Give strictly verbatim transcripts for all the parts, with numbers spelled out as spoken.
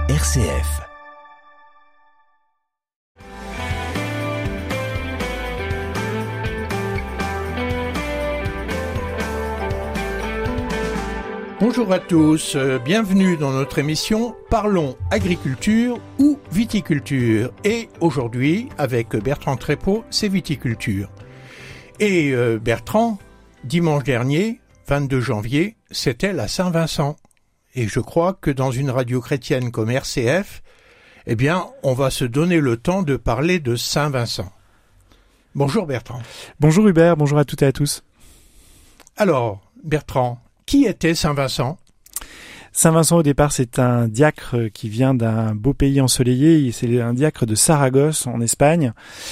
R C F. Bonjour à tous, euh, bienvenue dans notre émission Parlons agriculture ou viticulture. Et aujourd'hui, avec Bertrand Trépeau, c'est viticulture. Et euh, Bertrand, dimanche dernier, vingt-deux janvier, c'était la Saint-Vincent. Et je crois que dans une radio chrétienne comme R C F, eh bien, on va se donner le temps de parler de Saint-Vincent. Bonjour Bertrand. Bonjour Hubert, bonjour à toutes et à tous. Alors, Bertrand, qui était Saint-Vincent ? Saint-Vincent, au départ, c'est un diacre qui vient d'un beau pays ensoleillé. C'est un diacre de Saragosse, en Espagne.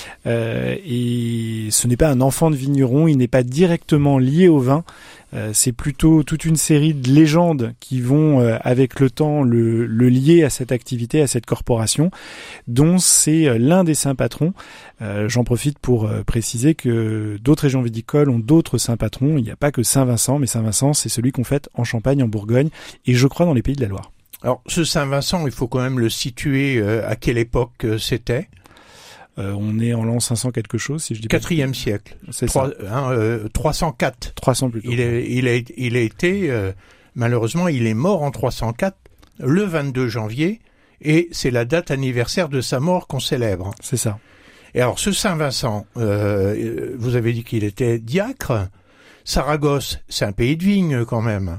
Euh, et ce n'est pas un enfant de vigneron, il n'est pas directement lié au vin. Euh, c'est plutôt toute une série de légendes qui vont, euh, avec le temps, le, le lier à cette activité, à cette corporation, dont c'est euh, l'un des saints patrons. Euh, j'en profite pour euh, préciser que d'autres régions viticoles ont d'autres saints patrons. Il n'y a pas que Saint-Vincent, mais Saint-Vincent, c'est celui qu'on fête en Champagne, en Bourgogne, et je crois dans les Pays de la Loire. Alors, ce Saint-Vincent, il faut quand même le situer euh, à quelle époque euh, c'était ? Euh, on est en l'an cinq cents quelque chose, si je dis pas. Quatrième siècle. C'est Trois, ça. Hein, euh, trois cent quatre. trois cents plutôt. Il est, il a, il a été, euh, malheureusement, il est mort en trois cent quatre, le vingt-deux janvier, et c'est la date anniversaire de sa mort qu'on célèbre. C'est ça. Et alors, ce Saint-Vincent, euh, vous avez dit qu'il était diacre. Saragosse, c'est un pays de vigne quand même.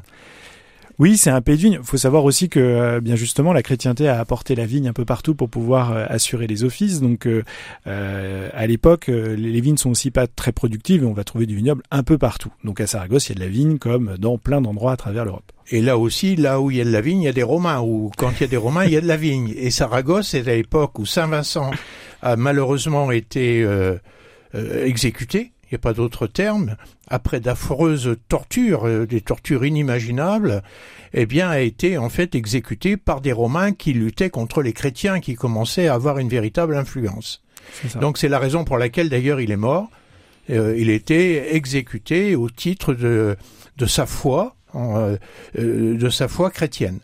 Oui, c'est un pays de vigne. Il faut savoir aussi que, euh, bien justement, la chrétienté a apporté la vigne un peu partout pour pouvoir euh, assurer les offices. Donc, euh, euh, à l'époque, euh, les vignes sont aussi pas très productives et on va trouver du vignoble un peu partout. Donc, à Saragosse, il y a de la vigne comme dans plein d'endroits à travers l'Europe. Et là aussi, là où il y a de la vigne, il y a des Romains. Ou quand il y a des Romains, il y a de la vigne. Et Saragosse, c'est à l'époque où Saint-Vincent a malheureusement été euh, euh, exécuté. Il n'y a pas d'autre terme, après d'affreuses tortures, euh, des tortures inimaginables, eh bien, a été en fait exécuté par des Romains qui luttaient contre les chrétiens qui commençaient à avoir une véritable influence. C'est Donc c'est la raison pour laquelle d'ailleurs il est mort. Euh, il était exécuté au titre de, de sa foi, en, euh, de sa foi chrétienne.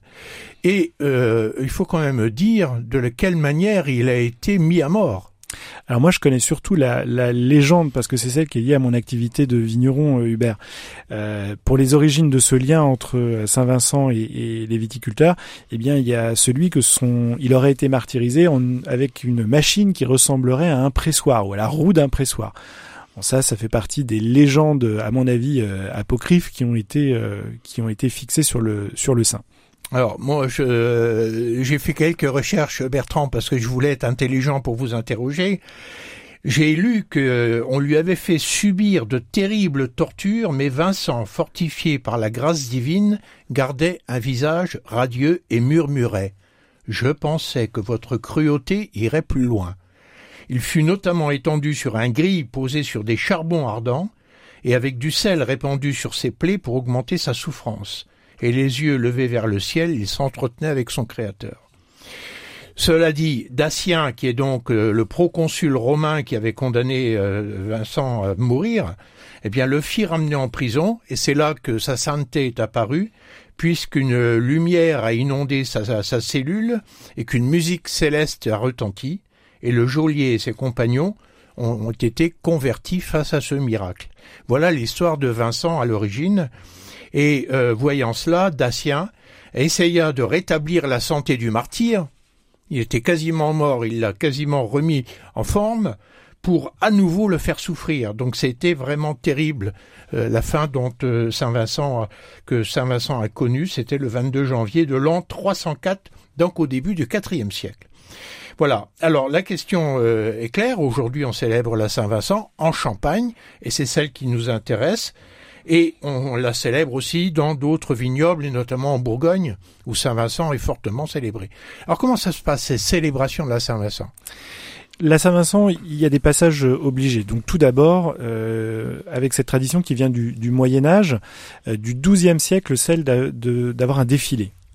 Et euh, il faut quand même dire de quelle manière il a été mis à mort. Alors moi, je connais surtout la, la légende, parce que c'est celle qui est liée à mon activité de vigneron, euh, Hubert. Euh, pour les origines de ce lien entre Saint-Vincent et, et les viticulteurs, eh bien, il y a celui que son, il aurait été martyrisé en, avec une machine qui ressemblerait à un pressoir, ou à la roue d'un pressoir. Bon, ça, ça fait partie des légendes, à mon avis, euh, apocryphes qui ont été, euh, qui ont été fixées sur le, sur le saint. Alors, moi, je, euh, j'ai fait quelques recherches, Bertrand, parce que je voulais être intelligent pour vous interroger. J'ai lu que euh, on lui avait fait subir de terribles tortures, mais Vincent, fortifié par la grâce divine, gardait un visage radieux et murmurait « Je pensais que votre cruauté irait plus loin. » Il fut notamment étendu sur un gril posé sur des charbons ardents et avec du sel répandu sur ses plaies pour augmenter sa souffrance. Et les yeux levés vers le ciel, il s'entretenait avec son Créateur. Cela dit, Datien, qui est donc euh, le proconsul romain qui avait condamné euh, Vincent à mourir, eh bien le fit ramener en prison, et c'est là que sa sainteté est apparue, puisqu'une lumière a inondé sa, sa, sa cellule, et qu'une musique céleste a retenti, et le geôlier et ses compagnons ont, ont été convertis face à ce miracle. Voilà l'histoire de Vincent à l'origine. Et euh, voyant cela, Datien essaya de rétablir la santé du martyr. Il était quasiment mort, il l'a quasiment remis en forme pour à nouveau le faire souffrir. Donc c'était vraiment terrible. Euh, la fin dont euh, Saint-Vincent que Saint-Vincent a connue, c'était le vingt-deux janvier de l'an trois cent quatre, donc au début du quatrième siècle. Voilà. Alors la question euh, est claire. Aujourd'hui, on célèbre la Saint-Vincent en Champagne, et c'est celle qui nous intéresse. Et on la célèbre aussi dans d'autres vignobles, et notamment en Bourgogne, où Saint-Vincent est fortement célébré. Alors comment ça se passe, ces célébrations de la Saint-Vincent ? La Saint-Vincent, il y a des passages obligés. Donc tout d'abord, euh, avec cette tradition qui vient du, du Moyen-Âge, euh, du douzième siècle, celle d'a, de, d'avoir un défilé.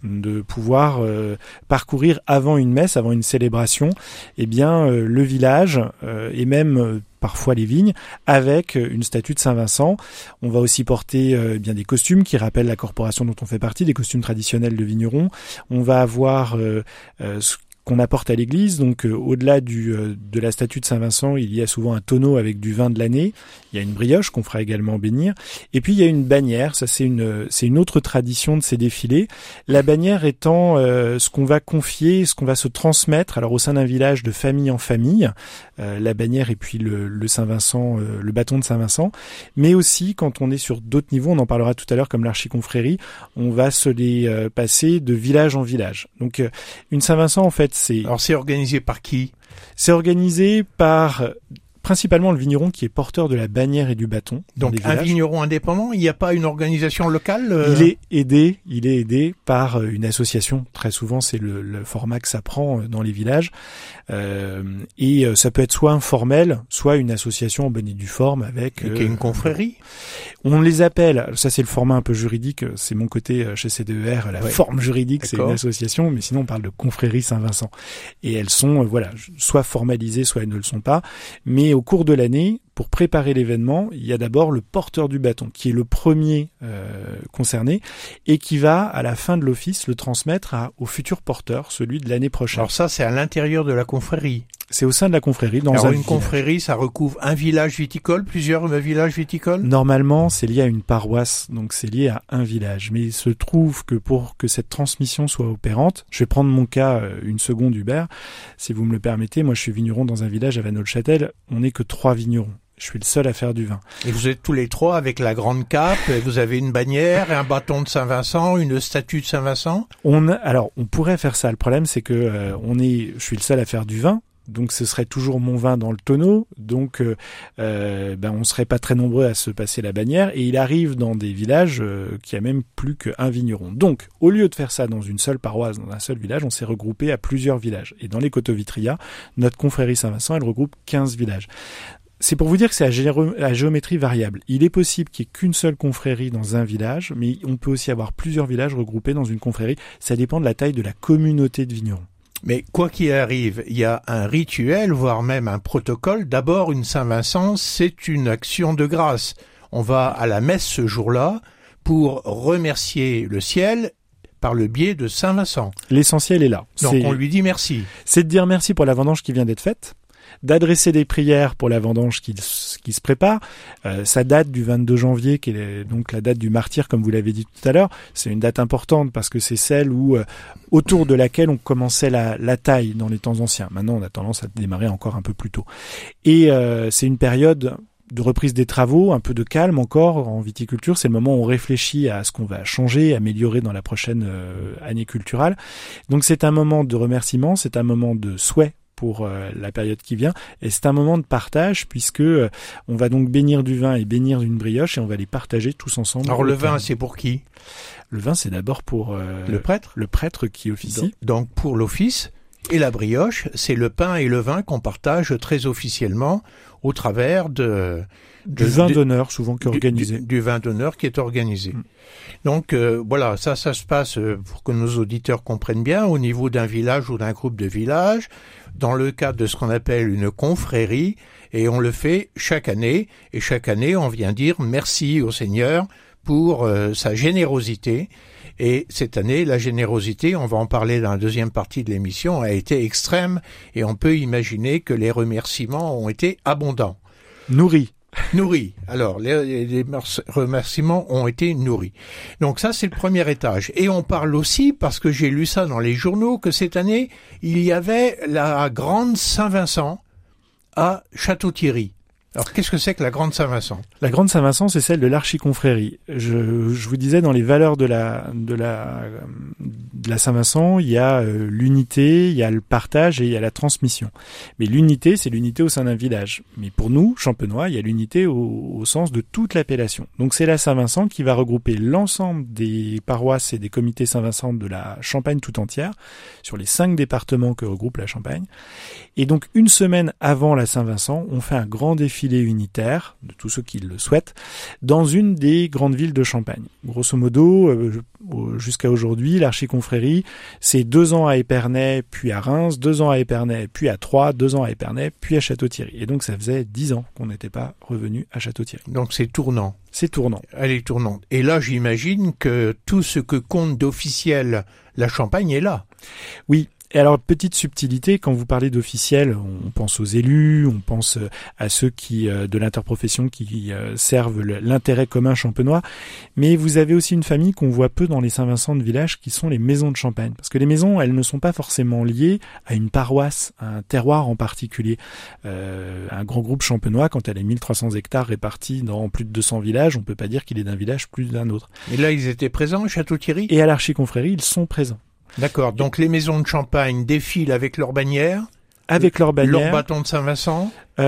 de pouvoir euh, parcourir avant une messe, avant une célébration, eh bien euh, le village euh, et même euh, parfois les vignes, avec une statue de Saint-Vincent. On va aussi porter euh, bien des costumes qui rappellent la corporation dont on fait partie, des costumes traditionnels de vignerons. On va avoir euh, euh, ce qu'on apporte à l'église, donc euh, au-delà du euh, de la statue de Saint-Vincent, il y a souvent un tonneau avec du vin de l'année. Il y a une brioche qu'on fera également bénir, et puis il y a une bannière. Ça c'est une c'est une autre tradition de ces défilés. La bannière étant euh, ce qu'on va confier, ce qu'on va se transmettre. Alors au sein d'un village de famille en famille, euh, la bannière et puis le, le Saint-Vincent, euh, le bâton de Saint-Vincent. Mais aussi quand on est sur d'autres niveaux, on en parlera tout à l'heure comme l'archiconfrérie, on va se les euh, passer de village en village. Donc euh, une Saint-Vincent en fait. C'est... Alors c'est organisé par qui ? C'est organisé par principalement le vigneron qui est porteur de la bannière et du bâton. Donc un vigneron indépendant, il n'y a pas une organisation locale euh... Il est aidé, il est aidé par une association. Très souvent, c'est le, le format que ça prend dans les villages. Euh, et ça peut être soit informel, soit une association en bonne et due forme avec... Et euh, une confrérie. On les appelle, ça c'est le format un peu juridique, c'est mon côté chez C D E R, la ouais. forme juridique, D'accord. c'est une association, mais sinon on parle de confrérie Saint-Vincent. Et elles sont, voilà, soit formalisées, soit elles ne le sont pas. Mais au cours de l'année, pour préparer l'événement, il y a d'abord le porteur du bâton, qui est le premier euh, concerné, et qui va, à la fin de l'office, le transmettre à, au futur porteur, celui de l'année prochaine. Alors ça, c'est à l'intérieur de la confrérie. C'est au sein de la confrérie. Dans Alors un une village. confrérie, ça recouvre un village viticole, plusieurs villages viticoles ? Normalement, c'est lié à une paroisse, donc c'est lié à un village. Mais il se trouve que pour que cette transmission soit opérante, je vais prendre mon cas euh, une seconde, Hubert, si vous me le permettez. Moi, je suis vigneron dans un village à Vanneau-le-Châtel. On n'est que trois vignerons. Je suis le seul à faire du vin. Et vous êtes tous les trois avec la grande cape, et vous avez une bannière, un bâton de Saint-Vincent, une statue de Saint-Vincent ? On, alors, on pourrait faire ça. Le problème, c'est que euh, on est, je suis le seul à faire du vin. Donc ce serait toujours mon vin dans le tonneau, donc euh, euh, ben on serait pas très nombreux à se passer la bannière, et il arrive dans des villages euh, qui a même plus qu'un vigneron. Donc au lieu de faire ça dans une seule paroisse, dans un seul village, on s'est regroupé à plusieurs villages. Et dans les Coteaux-Vitriat, notre confrérie Saint-Vincent, elle regroupe quinze villages. C'est pour vous dire que c'est à, gé- à géométrie variable. Il est possible qu'il n'y ait qu'une seule confrérie dans un village, mais on peut aussi avoir plusieurs villages regroupés dans une confrérie. Ça dépend de la taille de la communauté de vignerons. Mais quoi qu'il arrive, il y a un rituel, voire même un protocole. D'abord, une Saint-Vincent, c'est une action de grâce. On va à la messe ce jour-là pour remercier le ciel par le biais de Saint-Vincent. L'essentiel est là. Donc c'est... on lui dit merci. C'est de dire merci pour la vendange qui vient d'être faite, d'adresser des prières pour la vendange qui, qui se prépare. Euh, ça date du vingt-deux janvier, qui est donc la date du martyre, comme vous l'avez dit tout à l'heure. C'est une date importante parce que c'est celle où, euh, autour de laquelle on commençait la, la taille dans les temps anciens. Maintenant, on a tendance à démarrer encore un peu plus tôt. Et euh, c'est une période de reprise des travaux, un peu de calme encore en viticulture. C'est le moment où on réfléchit à ce qu'on va changer, améliorer dans la prochaine euh, année culturelle. Donc c'est un moment de remerciement, c'est un moment de souhait pour euh, la période qui vient, et c'est un moment de partage puisque euh, on va donc bénir du vin et bénir une brioche et on va les partager tous ensemble. Alors le vin, c'est pour qui ? Le vin, c'est d'abord pour euh, le prêtre, le prêtre qui officie. Donc, donc pour l'office, et la brioche, c'est le pain et le vin qu'on partage très officiellement au travers de, de du vin de, d'honneur, souvent qui est organisé. Du, du, du vin d'honneur qui est organisé. Mmh. Donc euh, voilà, ça, ça se passe euh, pour que nos auditeurs comprennent bien au niveau d'un village ou d'un groupe de villages, dans le cadre de ce qu'on appelle une confrérie, et on le fait chaque année. Et chaque année, on vient dire merci au Seigneur pour euh, sa générosité. Et cette année, la générosité, on va en parler dans la deuxième partie de l'émission, a été extrême, et on peut imaginer que les remerciements ont été abondants. Nourris. Nourris. Alors, les, les remerciements ont été nourris. Donc ça, c'est le premier étage. Et on parle aussi, parce que j'ai lu ça dans les journaux, que cette année, il y avait la Grande Saint-Vincent à Château-Thierry. Alors, qu'est-ce que c'est que la Grande Saint-Vincent ? La Grande Saint-Vincent, c'est celle de l'archiconfrérie. Je, je vous disais, dans les valeurs de la, de la, de la Saint-Vincent, il y a euh, l'unité, il y a le partage et il y a la transmission. Mais l'unité, c'est l'unité au sein d'un village. Mais pour nous, champenois, il y a l'unité au, au sens de toute l'appellation. Donc c'est la Saint-Vincent qui va regrouper l'ensemble des paroisses et des comités Saint-Vincent de la Champagne tout entière, sur les cinq départements que regroupe la Champagne. Et donc, une semaine avant la Saint-Vincent, on fait un grand défilé unitaire, de tous ceux qui le souhaitent, dans une des grandes villes de Champagne. Grosso modo, euh, jusqu'à aujourd'hui, l'archiconfrérie confrérie, c'est deux ans à Épernay, puis à Reims, deux ans à Épernay, puis à Troyes, deux ans à Épernay, puis à Château-Thierry. Et donc ça faisait dix ans qu'on n'était pas revenu à Château-Thierry. Donc c'est tournant. C'est tournant. Elle est tournante. Et là, j'imagine que tout ce que compte d'officiel la Champagne est là. Oui. Et alors, petite subtilité, quand vous parlez d'officiels, on pense aux élus, on pense à ceux qui de l'interprofession qui servent l'intérêt commun champenois, mais vous avez aussi une famille qu'on voit peu dans les Saint-Vincent de village, qui sont les maisons de Champagne. Parce que les maisons, elles ne sont pas forcément liées à une paroisse, à un terroir en particulier. Euh, un grand groupe champenois, quand elle est mille trois cents hectares répartis dans plus de deux cents villages, on peut pas dire qu'il est d'un village plus d'un autre. Et là, ils étaient présents à Château-Thierry ? Et à l'Archiconfrérie, ils sont présents. D'accord, donc les maisons de Champagne défilent avec leurs bannières, avec leurs bannières, leur bâton de Saint-Vincent.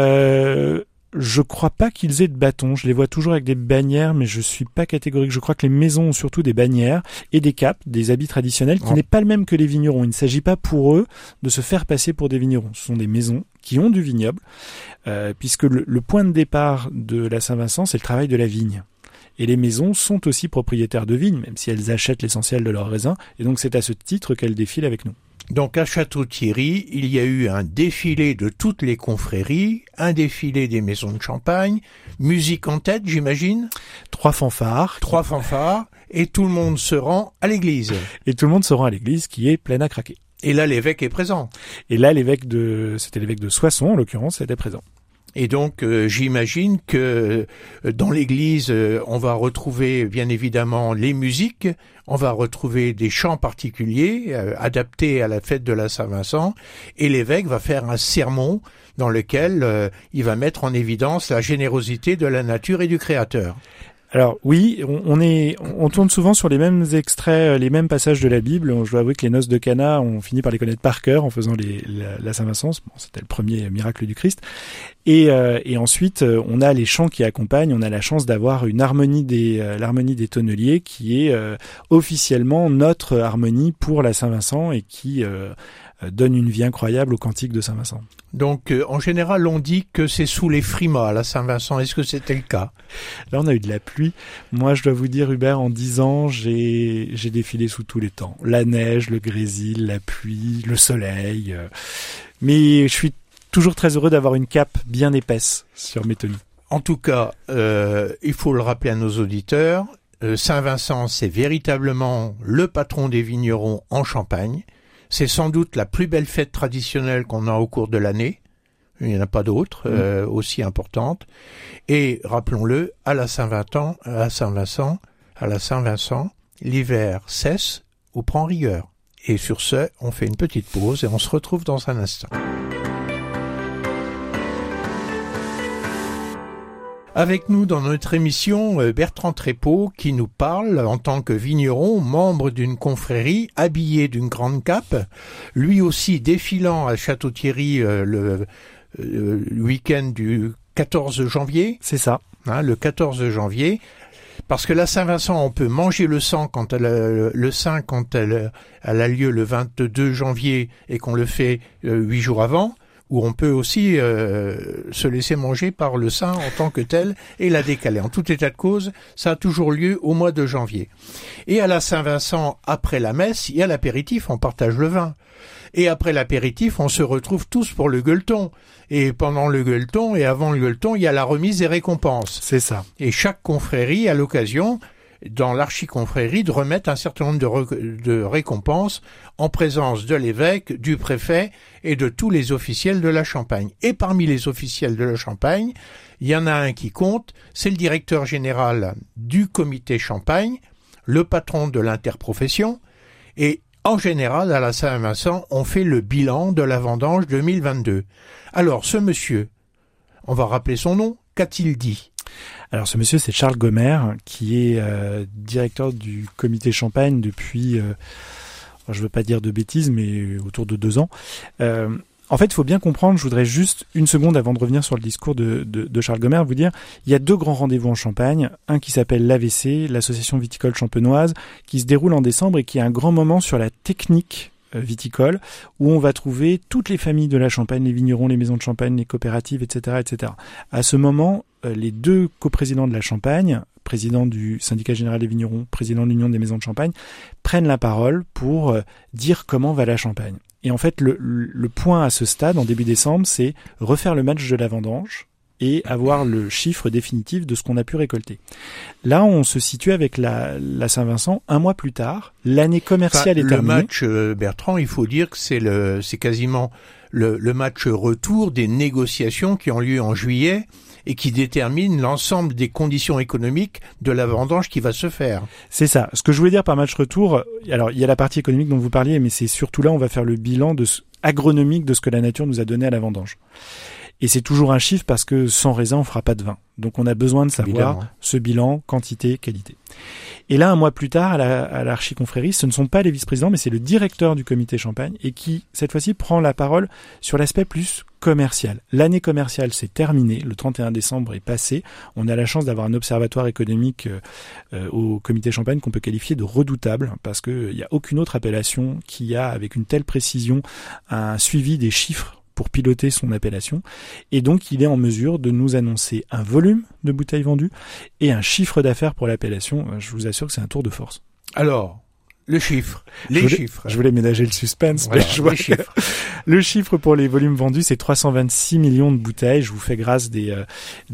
Euh, je crois pas qu'ils aient de bâtons. Je les vois toujours avec des bannières, mais je suis pas catégorique. Je crois que les maisons ont surtout des bannières et des capes, des habits traditionnels, qui oh. n'est pas le même que les vignerons. Il ne s'agit pas pour eux de se faire passer pour des vignerons. Ce sont des maisons qui ont du vignoble, euh, puisque le, le point de départ de la Saint-Vincent, c'est le travail de la vigne. Et les maisons sont aussi propriétaires de vignes, même si elles achètent l'essentiel de leurs raisins. Et donc c'est à ce titre qu'elles défilent avec nous. Donc à Château-Thierry, il y a eu un défilé de toutes les confréries, un défilé des maisons de Champagne, musique en tête, j'imagine. Trois fanfares. Trois fanfares, et tout le monde se rend à l'église. Et tout le monde se rend à l'église qui est pleine à craquer. Et là, l'évêque est présent. Et là, l'évêque de, c'était l'évêque de Soissons, en l'occurrence, était présent. Et donc, euh, j'imagine que euh, dans l'église, euh, on va retrouver bien évidemment les musiques, on va retrouver des chants particuliers euh, adaptés à la fête de la Saint-Vincent, et l'évêque va faire un sermon dans lequel euh, il va mettre en évidence la générosité de la nature et du Créateur. Alors oui, on, on est, on tourne souvent sur les mêmes extraits, les mêmes passages de la Bible. Je dois avouer que les noces de Cana, on finit par les connaître par cœur en faisant les, la, la Saint-Vincent. Bon, c'était le premier miracle du Christ. Et, euh, et ensuite, on a les chants qui accompagnent. On a la chance d'avoir une harmonie des, euh, l'harmonie des tonneliers qui est euh, officiellement notre harmonie pour la Saint-Vincent et qui euh, donne une vie incroyable au cantique de Saint-Vincent. Donc, euh, en général, on dit que c'est sous les frimas, la Saint-Vincent. Est-ce que c'était le cas ? Là, on a eu de la pluie. Moi, je dois vous dire, Hubert, en dix ans, j'ai, j'ai défilé sous tous les temps. La neige, le grésil, la pluie, le soleil. Euh... Mais je suis toujours très heureux d'avoir une cape bien épaisse sur mes tenues. En tout cas, euh, il faut le rappeler à nos auditeurs, euh, Saint-Vincent, c'est véritablement le patron des vignerons en Champagne. C'est sans doute la plus belle fête traditionnelle qu'on a au cours de l'année. Il n'y en a pas d'autres euh, aussi importantes. Et rappelons-le, à la Saint-Vincent, à Saint-Vincent, à la Saint-Vincent, l'hiver cesse ou prend rigueur. Et sur ce, on fait une petite pause et on se retrouve dans un instant. Avec nous dans notre émission, Bertrand Trépeau qui nous parle en tant que vigneron, membre d'une confrérie, habillé d'une grande cape, lui aussi défilant à Château-Thierry euh, le, euh, le week-end du quatorze janvier. C'est ça. Hein, le quatorze janvier. Parce que la Saint-Vincent, on peut manger le sang quand elle a, le sein quand elle, elle a lieu le vingt-deux janvier et qu'on le fait euh, huit jours avant. Où on peut aussi euh, se laisser manger par le saint en tant que tel et la décaler. En tout état de cause, ça a toujours lieu au mois de janvier. Et à la Saint-Vincent, après la messe, il y a l'apéritif, on partage le vin. Et après l'apéritif, on se retrouve tous pour le gueuleton. Et pendant le gueuleton et avant le gueuleton, il y a la remise des récompenses. C'est ça. Et chaque confrérie a l'occasion, dans l'archiconfrérie, de remettre un certain nombre de, re- de récompenses en présence de l'évêque, du préfet et de tous les officiels de la Champagne. Et parmi les officiels de la Champagne, il y en a un qui compte, c'est le directeur général du comité Champagne, le patron de l'interprofession, et en général, à la Saint-Vincent, on fait le bilan de la vendange deux mille vingt-deux. Alors, ce monsieur, on va rappeler son nom, qu'a-t-il dit ? Alors ce monsieur, c'est Charles Gomer, qui est euh, directeur du comité Champagne depuis, euh, je veux pas dire de bêtises, mais autour de deux ans. Euh, en fait, il faut bien comprendre, je voudrais juste une seconde avant de revenir sur le discours de, de, de Charles Gomer, vous dire, il y a deux grands rendez-vous en Champagne, un qui s'appelle l'A V C, l'Association viticole champenoise, qui se déroule en décembre et qui est un grand moment sur la technique viticole, où on va trouver toutes les familles de la Champagne, les vignerons, les maisons de Champagne, les coopératives, et cetera, et cetera. À ce moment, les deux coprésidents de la Champagne président du syndicat général des vignerons, président de l'Union des maisons de champagne, prennent la parole pour euh, dire comment va la Champagne. Et en fait, le, le point à ce stade, en début décembre, c'est refaire le match de la vendange et avoir le chiffre définitif de ce qu'on a pu récolter. Là, on se situe avec la, la Saint-Vincent un mois plus tard. L'année commerciale enfin, est terminée. Le match, euh, Bertrand, il faut dire que c'est, le, c'est quasiment le, le match retour des négociations qui ont lieu en juillet et qui déterminent l'ensemble des conditions économiques de la vendange qui va se faire. C'est ça. Ce que je voulais dire par match retour, alors il y a la partie économique dont vous parliez, mais c'est surtout là on va faire le bilan de ce, agronomique de ce que la nature nous a donné à la vendange. Et c'est toujours un chiffre parce que sans raisin, on fera pas de vin. Donc on a besoin de savoir Évidemment. ce bilan, quantité, qualité. Et là, un mois plus tard, à, la, à l'archiconfrérie, ce ne sont pas les vice-présidents, mais c'est le directeur du comité Champagne et qui, cette fois-ci, prend la parole sur l'aspect plus commercial. L'année commerciale s'est terminée, le trente et un décembre est passé. On a la chance d'avoir un observatoire économique euh, au comité Champagne qu'on peut qualifier de redoutable parce qu'il n'y a aucune autre appellation qui a, avec une telle précision, un suivi des chiffres pour piloter son appellation. Et donc, il est en mesure de nous annoncer un volume de bouteilles vendues et un chiffre d'affaires pour l'appellation. Je vous assure que c'est un tour de force. Alors, le chiffre, les je voulais, chiffres. Je voulais ménager le suspense. Voilà, mais je vois les chiffres. Le chiffre pour les volumes vendus, c'est trois cent vingt-six millions de bouteilles. Je vous fais grâce des, euh,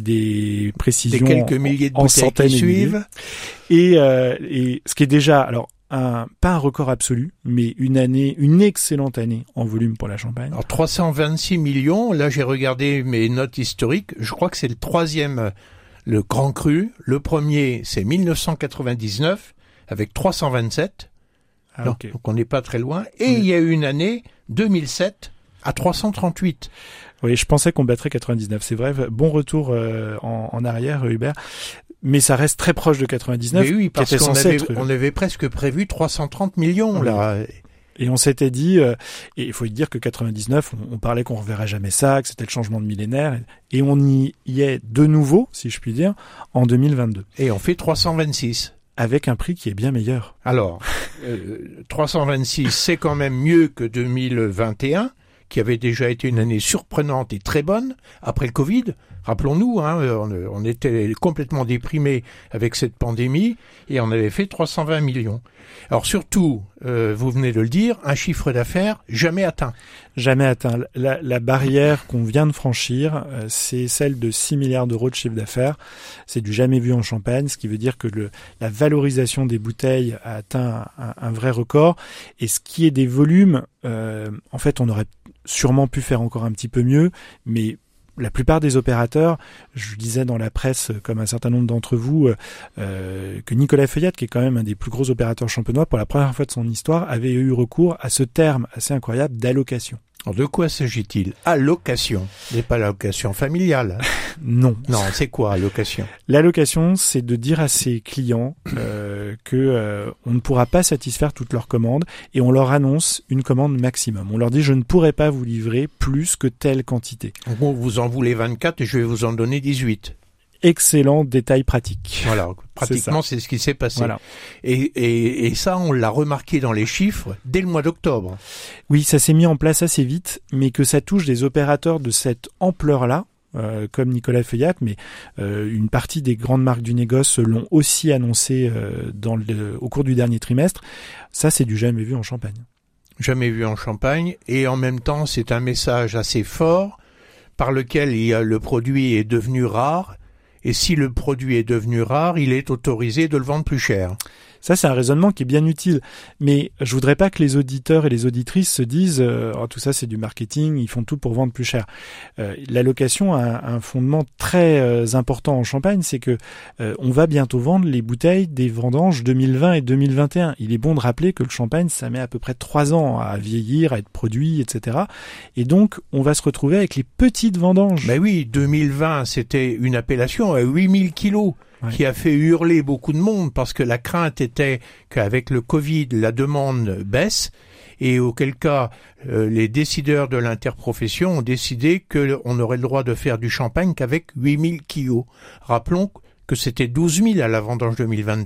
des précisions. Des quelques milliers de en, bouteilles en centaines qui suivent. Et, euh, et ce qui est déjà, alors, Un, pas un record absolu, mais une année, une excellente année en volume pour la Champagne. Alors trois cent vingt-six millions, là j'ai regardé mes notes historiques, je crois que c'est le troisième, le Grand Cru. Le premier, c'est dix-neuf cent quatre-vingt-dix-neuf, avec trois cent vingt-sept. Ah, non, okay. Donc on n'est pas très loin. Et oui. il y a eu une année, deux mille sept, à trois cent trente-huit. Oui, je pensais qu'on battrait quatre-vingt-dix-neuf. C'est vrai, bon retour euh, en, en arrière, Hubert. Mais ça reste très proche de quatre-vingt-dix-neuf. Mais oui, parce qui était qu'on censé avait, être... on avait presque prévu trois cent trente millions, oui. là. Et on s'était dit, euh, et il faut dire que quatre-vingt-dix-neuf, on, on parlait qu'on reverrait jamais ça, que c'était le changement de millénaire, et on y, y est de nouveau, si je puis dire, en deux mille vingt-deux. Et on fait trois cent vingt-six. Avec un prix qui est bien meilleur. Alors, euh, trois cent vingt-six, c'est quand même mieux que deux mille vingt et un, qui avait déjà été une année surprenante et très bonne, après le Covid. Rappelons-nous, hein, on, on était complètement déprimés avec cette pandémie et on avait fait trois cent vingt millions. Alors surtout, euh, vous venez de le dire, un chiffre d'affaires jamais atteint. Jamais atteint. La, la barrière qu'on vient de franchir, euh, c'est celle de six milliards d'euros de chiffre d'affaires. C'est du jamais vu en Champagne, ce qui veut dire que le, la valorisation des bouteilles a atteint un, un vrai record. Et ce qui est des volumes, euh, en fait, on aurait sûrement pu faire encore un petit peu mieux, mais la plupart des opérateurs, je disais dans la presse, comme un certain nombre d'entre vous, euh, que Nicolas Feuillatte, qui est quand même un des plus gros opérateurs champenois, pour la première fois de son histoire, avait eu recours à ce terme assez incroyable d'allocation. Alors de quoi s'agit-il ? Allocation, n'est pas l'allocation familiale. Non. Non, c'est quoi allocation ? L'allocation, c'est de dire à ses clients euh, que euh, on ne pourra pas satisfaire toutes leurs commandes et on leur annonce une commande maximum. On leur dit je ne pourrai pas vous livrer plus que telle quantité. Bon, vous en voulez vingt-quatre et je vais vous en donner dix-huit. Excellent détail pratique. Voilà, pratiquement c'est, c'est ce qui s'est passé. Voilà. Et, et, et ça, on l'a remarqué dans les chiffres dès le mois d'octobre. Oui, ça s'est mis en place assez vite, mais que ça touche des opérateurs de cette ampleur-là, euh, comme Nicolas Feuillatte, mais euh, une partie des grandes marques du négoce l'ont aussi annoncé euh, dans le, au cours du dernier trimestre. Ça, c'est du jamais vu en Champagne. Jamais vu en Champagne, et en même temps, c'est un message assez fort par lequel il y a, le produit est devenu rare. Et si le produit est devenu rare, il est autorisé de le vendre plus cher. Ça, c'est un raisonnement qui est bien utile. Mais je voudrais pas que les auditeurs et les auditrices se disent euh, oh, tout ça, c'est du marketing, ils font tout pour vendre plus cher. Euh, l'allocation a un, un fondement très euh, important en Champagne, c'est que euh, on va bientôt vendre les bouteilles des vendanges deux mille vingt et deux mille vingt et un. Il est bon de rappeler que le champagne, ça met à peu près trois ans à vieillir, à être produit, et cetera. Et donc, on va se retrouver avec les petites vendanges. Ben oui, deux mille vingt, c'était une appellation à huit mille kilos. Ouais. Qui a fait hurler beaucoup de monde parce que la crainte était qu'avec le Covid, la demande baisse et auquel cas euh, les décideurs de l'interprofession ont décidé qu'on aurait le droit de faire du champagne qu'avec huit mille kilos. Rappelons que c'était douze mille à la vendange deux mille vingt-deux.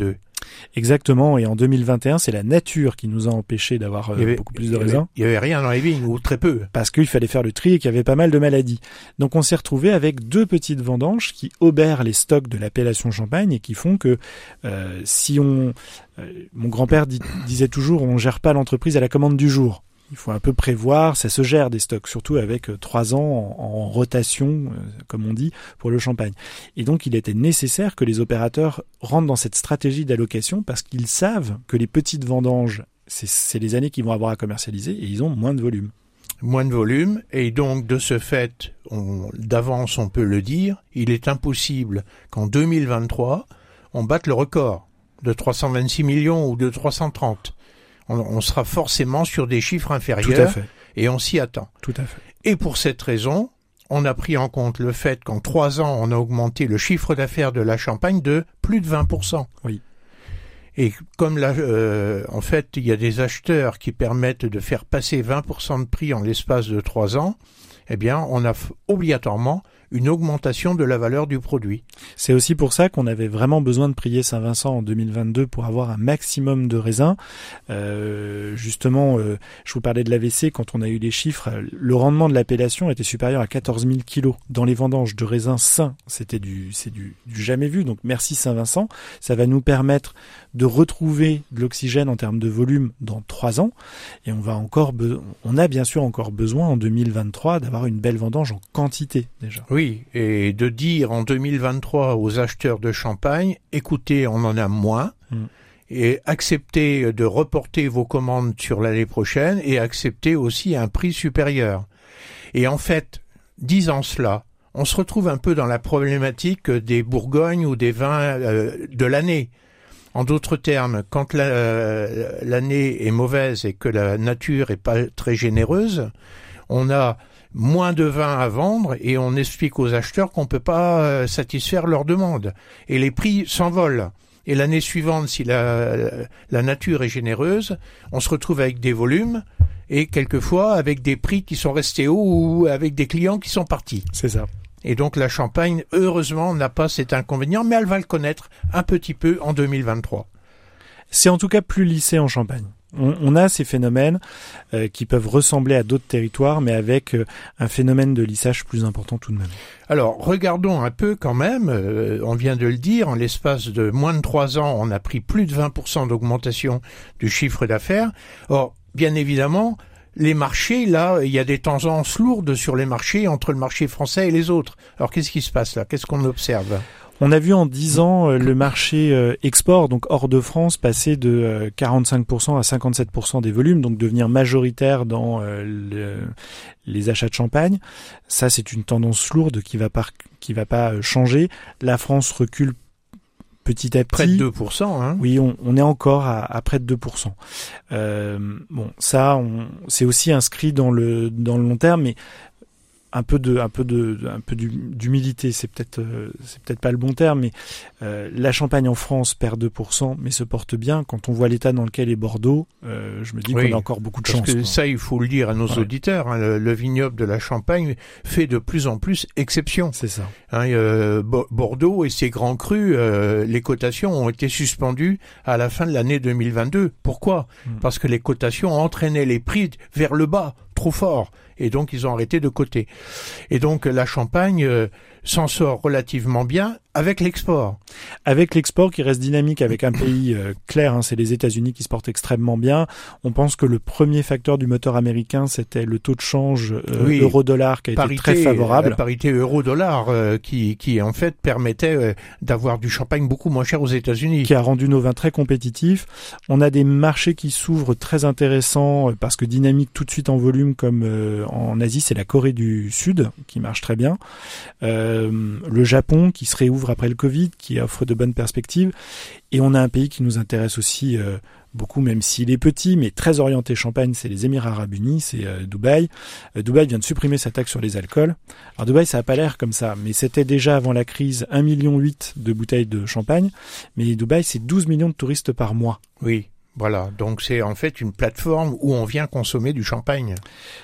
Exactement, et en deux mille vingt et un, c'est la nature qui nous a empêchés d'avoir euh, avait, beaucoup plus de raisins. Il y avait rien dans les vignes, ou très peu. Parce qu'il fallait faire le tri et qu'il y avait pas mal de maladies. Donc on s'est retrouvé avec deux petites vendanges qui obèrent les stocks de l'appellation Champagne et qui font que euh, si on... Euh, mon grand-père dit, disait toujours, on gère pas l'entreprise à la commande du jour. Il faut un peu prévoir, ça se gère des stocks, surtout avec euh, trois ans en, en rotation, euh, comme on dit, pour le champagne. Et donc il était nécessaire que les opérateurs rentrent dans cette stratégie d'allocation parce qu'ils savent que les petites vendanges, c'est, c'est les années qu'ils vont avoir à commercialiser et ils ont moins de volume. Moins de volume, et donc de ce fait, on, d'avance on peut le dire, il est impossible qu'en deux mille vingt-trois, on batte le record de trois cent vingt-six millions ou de trois cent trente. On, on sera forcément sur des chiffres inférieurs. Tout à fait. Et on s'y attend. Tout à fait. Et pour cette raison, on a pris en compte le fait qu'en trois ans, on a augmenté le chiffre d'affaires de la Champagne de plus de vingt pour cent. Oui. Et comme là, euh, en fait, il y a des acheteurs qui permettent de faire passer vingt pour cent de prix en l'espace de trois ans, eh bien, on a f- obligatoirement une augmentation de la valeur du produit. C'est aussi pour ça qu'on avait vraiment besoin de prier Saint-Vincent en deux mille vingt-deux pour avoir un maximum de raisins. Euh, justement, euh, je vous parlais de l'A V C, quand on a eu les chiffres, le rendement de l'appellation était supérieur à quatorze mille kilos. Dans les vendanges de raisins sains, c'était du, c'est du, du jamais vu. Donc merci Saint-Vincent. Ça va nous permettre de retrouver de l'oxygène en termes de volume dans trois ans. Et on va encore, be- on a bien sûr encore besoin en deux mille vingt-trois d'avoir une belle vendange en quantité déjà. Oui, et de dire en deux mille vingt-trois aux acheteurs de champagne, écoutez, on en a moins, mm. et acceptez de reporter vos commandes sur l'année prochaine, et acceptez aussi un prix supérieur. Et en fait, disant cela, on se retrouve un peu dans la problématique des Bourgognes ou des vins euh, de l'année. En d'autres termes, quand la, euh, l'année est mauvaise et que la nature est pas très généreuse, on a moins de vin à vendre et on explique aux acheteurs qu'on peut pas euh, satisfaire leurs demandes. Et les prix s'envolent. Et l'année suivante, si la, la nature est généreuse, on se retrouve avec des volumes et quelquefois avec des prix qui sont restés hauts ou avec des clients qui sont partis. C'est ça. Et donc la Champagne, heureusement, n'a pas cet inconvénient, mais elle va le connaître un petit peu en deux mille vingt-trois. C'est en tout cas plus lissé en Champagne. On, on a ces phénomènes euh, qui peuvent ressembler à d'autres territoires, mais avec euh, un phénomène de lissage plus important tout de même. Alors, regardons un peu quand même, euh, on vient de le dire, en l'espace de moins de trois ans, on a pris plus de vingt pour cent d'augmentation du chiffre d'affaires. Or, bien évidemment, les marchés, là, il y a des tendances lourdes sur les marchés entre le marché français et les autres. Alors, qu'est-ce qui se passe là? Qu'est-ce qu'on observe? On a vu en dix ans euh, le marché euh, export, donc hors de France, passer de euh, quarante-cinq pour cent à cinquante-sept pour cent des volumes, donc devenir majoritaire dans euh, le, les achats de champagne. Ça, c'est une tendance lourde qui va pas, qui va pas euh, changer. La France recule petit à petit. Près de deux pour cent, hein. Oui, on, on est encore à, à près de deux pour cent. Euh, bon, ça, on, c'est aussi inscrit dans le, dans le long terme, mais un peu de un peu de un peu d'humilité, c'est peut-être euh, c'est peut-être pas le bon terme, mais euh, la Champagne en France perd deux pour cent mais se porte bien. Quand on voit l'état dans lequel est Bordeaux, euh, je me dis oui, qu'on a encore beaucoup de parce chance. Que quoi. Ça, il faut le dire à nos ouais. auditeurs, hein, le, le vignoble de la Champagne fait de plus en plus exception. C'est ça. Hein, euh, Bordeaux et ses grands crus, euh, les cotations ont été suspendues à la fin de l'année deux mille vingt-deux. Pourquoi ? hmm. Parce que les cotations entraînaient les prix vers le bas, trop fort. Et donc, ils ont arrêté de coter. Et donc, la Champagne euh, s'en sort relativement bien avec l'export. Avec l'export qui reste dynamique avec un pays euh, clair, hein, c'est les États-Unis qui se portent extrêmement bien. On pense que le premier facteur du moteur américain, c'était le taux de change euh, oui, euro-dollar qui a parité, été très favorable. La parité euro-dollar euh, qui, qui, en fait, permettait euh, d'avoir du champagne beaucoup moins cher aux États-Unis. Qui a rendu nos vins très compétitifs. On a des marchés qui s'ouvrent très intéressants euh, parce que dynamique tout de suite en volume comme euh, en Asie, c'est la Corée du Sud qui marche très bien. Euh, le Japon qui se réouvre après le Covid, qui offre de bonnes perspectives. Et on a un pays qui nous intéresse aussi euh, beaucoup, même s'il est petit, mais très orienté champagne, c'est les Émirats Arabes Unis, c'est euh, Dubaï. Euh, Dubaï vient de supprimer sa taxe sur les alcools. Alors Dubaï, ça n'a pas l'air comme ça, mais c'était déjà avant la crise un virgule huit million de bouteilles de champagne. Mais Dubaï, c'est douze millions de touristes par mois. Oui, voilà. Donc c'est en fait une plateforme où on vient consommer du champagne.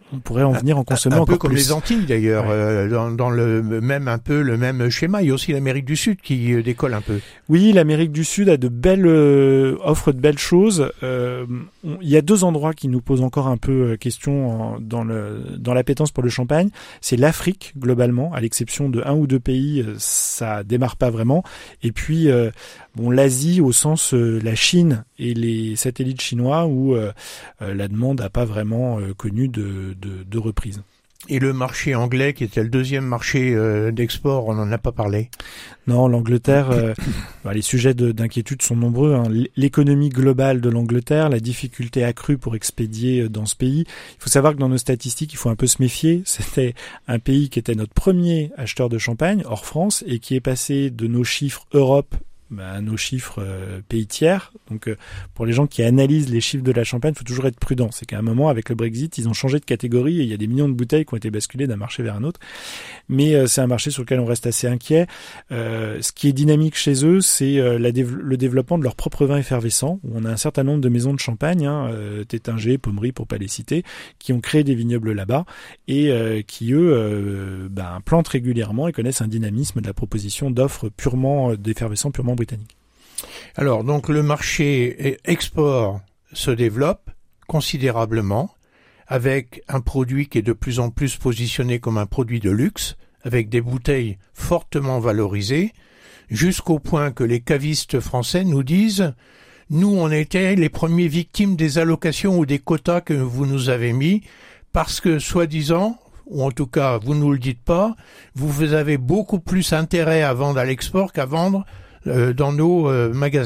on pourrait en venir en consommer un, un encore peu comme plus. les Antilles d'ailleurs, ouais. euh, dans, dans le même un peu le même schéma. Il y a aussi l'Amérique du Sud qui euh, décolle un peu. Oui, l'Amérique du Sud a de belles euh, offre de belles choses. Euh, on, il y a deux endroits qui nous posent encore un peu euh, question en, dans le dans l'appétence pour le champagne. C'est l'Afrique globalement, à l'exception de un ou deux pays, euh, ça démarre pas vraiment. Et puis euh, bon, l'Asie au sens euh, la Chine et les satellites chinois où euh, euh, la demande n'a pas vraiment euh, connu de, de de reprise. Et le marché anglais, qui était le deuxième marché euh, d'export, on n'en a pas parlé. Non, l'Angleterre, euh, bah, les sujets de, d'inquiétude sont nombreux. Hein. L'économie globale de l'Angleterre, la difficulté accrue pour expédier dans ce pays. Il faut savoir que dans nos statistiques, il faut un peu se méfier. C'était un pays qui était notre premier acheteur de champagne, hors France, et qui est passé de nos chiffres Europe bah, nos chiffres euh, pays tiers. Donc euh, pour les gens qui analysent les chiffres de la Champagne, il faut toujours être prudent. C'est qu'à un moment, avec le Brexit, ils ont changé de catégorie et il y a des millions de bouteilles qui ont été basculées d'un marché vers un autre. Mais euh, c'est un marché sur lequel on reste assez inquiet. Euh, ce qui est dynamique chez eux, c'est euh, la dév- le développement de leurs propres vins effervescents, où on a un certain nombre de maisons de Champagne, hein, euh, Tétinger, Pommery, pour pas les citer, qui ont créé des vignobles là-bas et euh, qui, eux, euh, ben, plantent régulièrement et connaissent un dynamisme de la proposition d'offres purement d'effervescents, purement britanniques. Alors, donc, le marché export se développe considérablement avec un produit qui est de plus en plus positionné comme un produit de luxe, avec des bouteilles fortement valorisées, jusqu'au point que les cavistes français nous disent « Nous, on était les premiers victimes des allocations ou des quotas que vous nous avez mis, parce que, soi-disant, ou en tout cas, vous ne nous le dites pas, vous avez beaucoup plus intérêt à vendre à l'export qu'à vendre euh, dans nos euh, magasins. »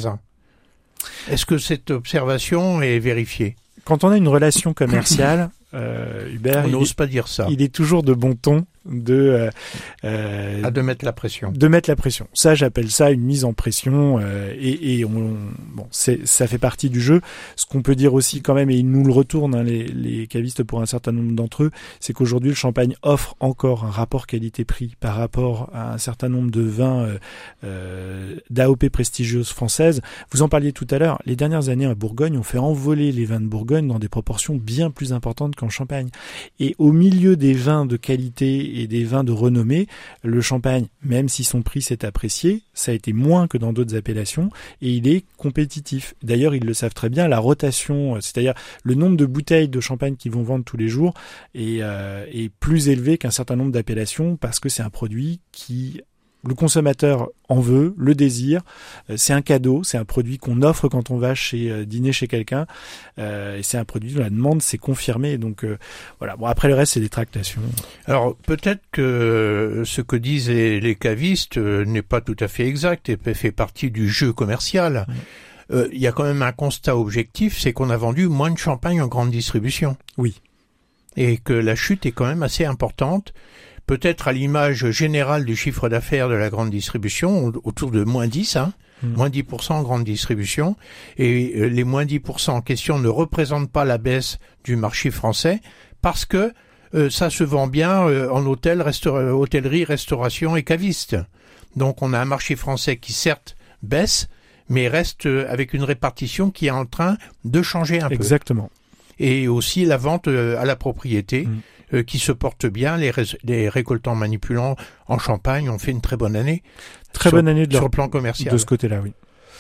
Est-ce que cette observation est vérifiée ? Quand on a une relation commerciale, euh, Hubert, on n'ose il, pas dire ça. Il est toujours de bon ton de euh, euh, à de mettre la pression. De mettre la pression. Ça, j'appelle ça une mise en pression euh, et, et on, bon, c'est, ça fait partie du jeu. Ce qu'on peut dire aussi quand même, et ils nous le retournent, hein, les, les cavistes pour un certain nombre d'entre eux, c'est qu'aujourd'hui le champagne offre encore un rapport qualité-prix par rapport à un certain nombre de vins euh, euh, d'A O P prestigieuses françaises. Vous en parliez tout à l'heure. Les dernières années à Bourgogne, on fait envoler les vins de Bourgogne dans des proportions bien plus importantes qu'en Champagne. Et au milieu des vins de qualité et des vins de renommée, le champagne, même si son prix s'est apprécié, ça a été moins que dans d'autres appellations et il est compétitif. D'ailleurs, ils le savent très bien, la rotation, c'est-à-dire le nombre de bouteilles de champagne qu'ils vont vendre tous les jours est, euh, est plus élevé qu'un certain nombre d'appellations parce que c'est un produit qui... Le consommateur en veut, le désire, c'est un cadeau, c'est un produit qu'on offre quand on va chez euh, dîner chez quelqu'un, euh, et c'est un produit dont la demande s'est confirmée. Donc euh, voilà. Bon, après le reste, c'est des tractations. Alors peut-être que ce que disent les, les cavistes euh, n'est pas tout à fait exact et fait partie du jeu commercial. Il mmh. euh, y a quand même un constat objectif, c'est qu'on a vendu moins de champagne en grande distribution. Oui. Et que la chute est quand même assez importante. Peut-être à l'image générale du chiffre d'affaires de la grande distribution, autour de moins dix, hein, mmh. moins dix pour cent en grande distribution, et les moins dix pour cent en question ne représentent pas la baisse du marché français, parce que euh, ça se vend bien euh, en hôtel, resta- hôtellerie, restauration et caviste. Donc on a un marché français qui certes baisse, mais reste euh, avec une répartition qui est en train de changer un peu. Exactement. Et aussi la vente euh, à la propriété, mmh. Euh, qui se porte bien. Les, ré- les récoltants manipulants en Champagne ont fait une très bonne année. Très sur, bonne année de sur leur, le plan commercial. De ce côté-là, oui.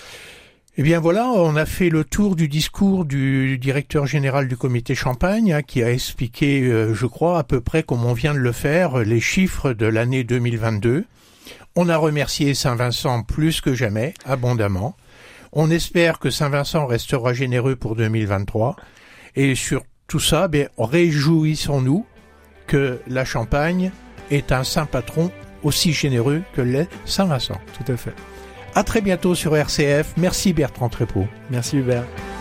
Eh bien voilà, on a fait le tour du discours du directeur général du comité Champagne, hein, qui a expliqué, euh, je crois, à peu près comme on vient de le faire, les chiffres de l'année deux mille vingt-deux. On a remercié Saint-Vincent plus que jamais, abondamment. On espère que Saint-Vincent restera généreux pour deux mille vingt-trois. Et sur tout ça, ben, réjouissons-nous que la Champagne est un saint patron aussi généreux que l'est Saint-Vincent. Tout à fait. À très bientôt sur R C F. Merci Bertrand Trépeau. Merci Hubert.